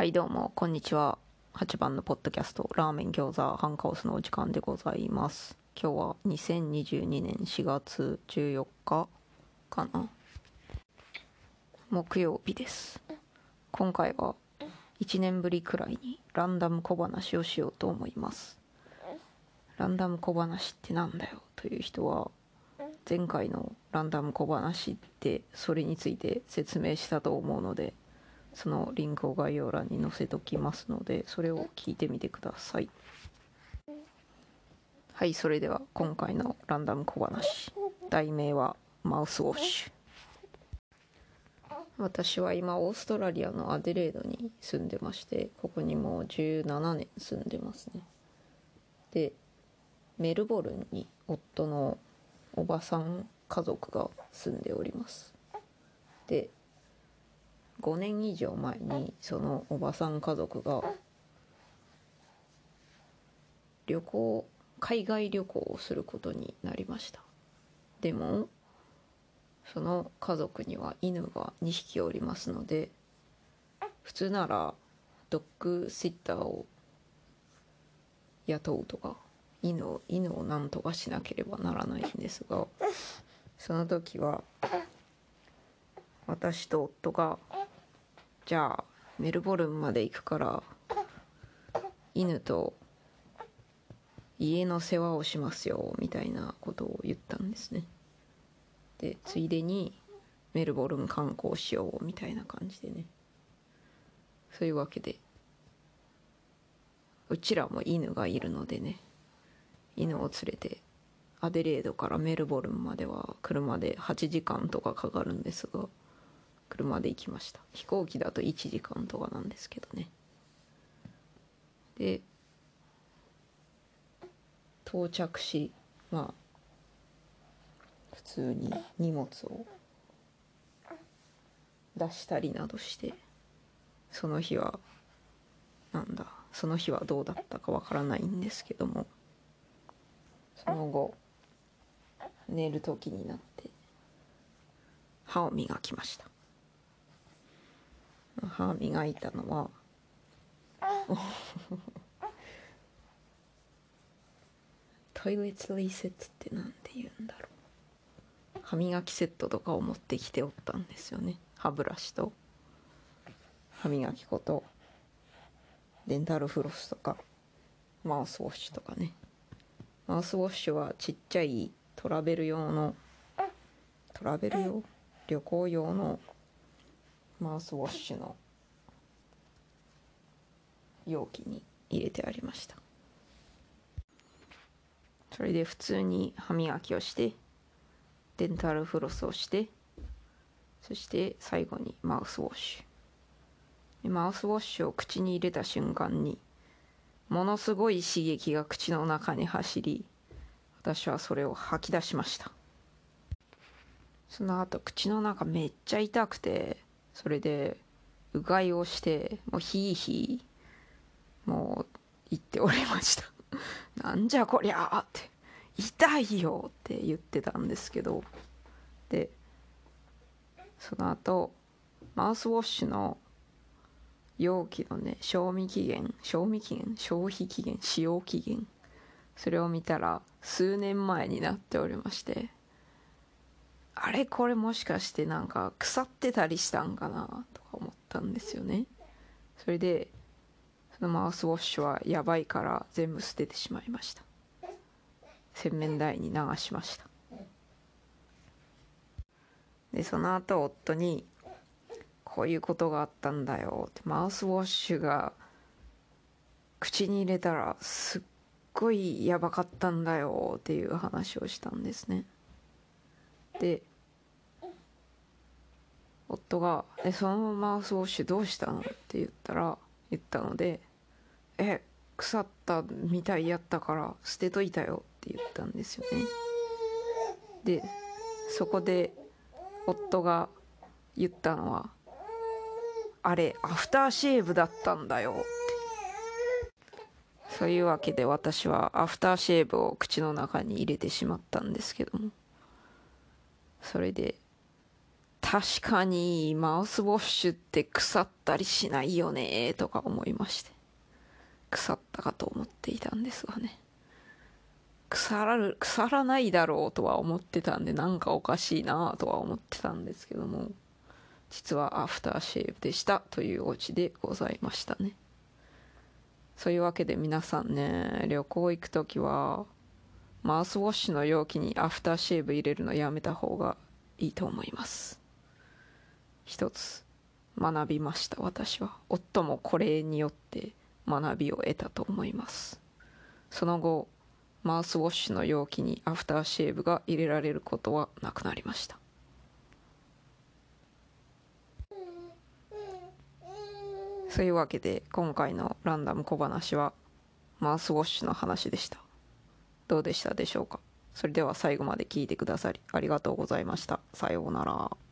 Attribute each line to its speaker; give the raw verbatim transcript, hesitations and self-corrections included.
Speaker 1: はいどうもこんにちは。はちばんのポッドキャストラーメン餃子ハンカオスのお時間でございます。今日はにせんにじゅうにねんしがつじゅうよっかかな、木曜日です。今回はいちねんぶりくらいにランダム小話をしようと思います。ランダム小話ってなんだよという人は、前回のランダム小話ってそれについて説明したと思うので、そのリンクを概要欄に載せときますので、それを聞いてみてください。はい、それでは今回のランダム小話、題名はマウスウォッシュ。私は今オーストラリアのアデレードに住んでまして、ここにもうじゅうななねん住んでますね。で、メルボルンに夫のおばさん家族が住んでおります。で、ごねん以上前にそのおばさん家族が旅行海外旅行をすることになりました。でもその家族には犬がにひきおりますので、普通ならドッグシッターを雇うとか犬を犬を何とかしなければならないんですが、その時は私と夫がじゃあメルボルンまで行くから犬と家の世話をしますよみたいなことを言ったんですね。でついでにメルボルン観光しようみたいな感じでね。そういうわけでうちらも犬がいるのでね、犬を連れてアデレードからメルボルンまでは車ではちじかんとかかかるんですが、車で行きました。飛行機だといちじかんとかなんですけどね。で到着し、まあ普通に荷物を出したりなどして、その日はなんだその日はどうだったかわからないんですけども、その後寝る時になって歯を磨きました。歯を磨いたのはトイレットリセットってなんて言うんだろう。歯磨きセットとかを持ってきておったんですよね。歯ブラシと歯磨き粉とデンタルフロスとかマウスウォッシュとかね。マウスウォッシュはちっちゃいトラベル用のトラベル用旅行用のマウスウォッシュの容器に入れてありました。それで普通に歯磨きをしてデンタルフロスをして、そして最後にマウスウォッシュ。マウスウォッシュを口に入れた瞬間にものすごい刺激が口の中に走り、私はそれを吐き出しました。その後口の中めっちゃ痛くて、それでうがいをしてもうヒーヒーもう言っておりましたなんじゃこりゃーって痛いよって言ってたんですけど、でその後マウスウォッシュの容器のね賞味期限賞味期限消費期限使用期限、それを見たら数年前になっておりまして、あれこれもしかしてなんか腐ってたりしたんかなとか思ったんですよね。それでそのマウスウォッシュはやばいから全部捨ててしまいました。洗面台に流しました。でその後夫にこういうことがあったんだよって、マウスウォッシュが口に入れたらすっごいやばかったんだよっていう話をしたんですね。で夫がえそのマウスウォッシュどうしたのって言ったら言ったので、え腐ったみたいやったから捨てといたよって言ったんですよね。でそこで夫が言ったのは、あれアフターシェーブだったんだよって。そういうわけで私はアフターシェーブを口の中に入れてしまったんですけども、それで確かにマウスウォッシュって腐ったりしないよねとか思いまして、腐ったかと思っていたんですがね、腐らる腐らないだろうとは思ってたんで、なんかおかしいなとは思ってたんですけども、実はアフターシェーブでしたというオチでございましたね。そういうわけで皆さんね、旅行行くときはマウスウォッシュの容器にアフターシェーブ入れるのやめた方がいいと思います。一つ学びました。私は夫もこれによって学びを得たと思います。その後マウスウォッシュの容器にアフターシェーブが入れられることはなくなりました。そういうわけで今回のランダム小話はマウスウォッシュの話でした。どうでしたでしょうか。それでは最後まで聞いてくださりありがとうございました。さようなら。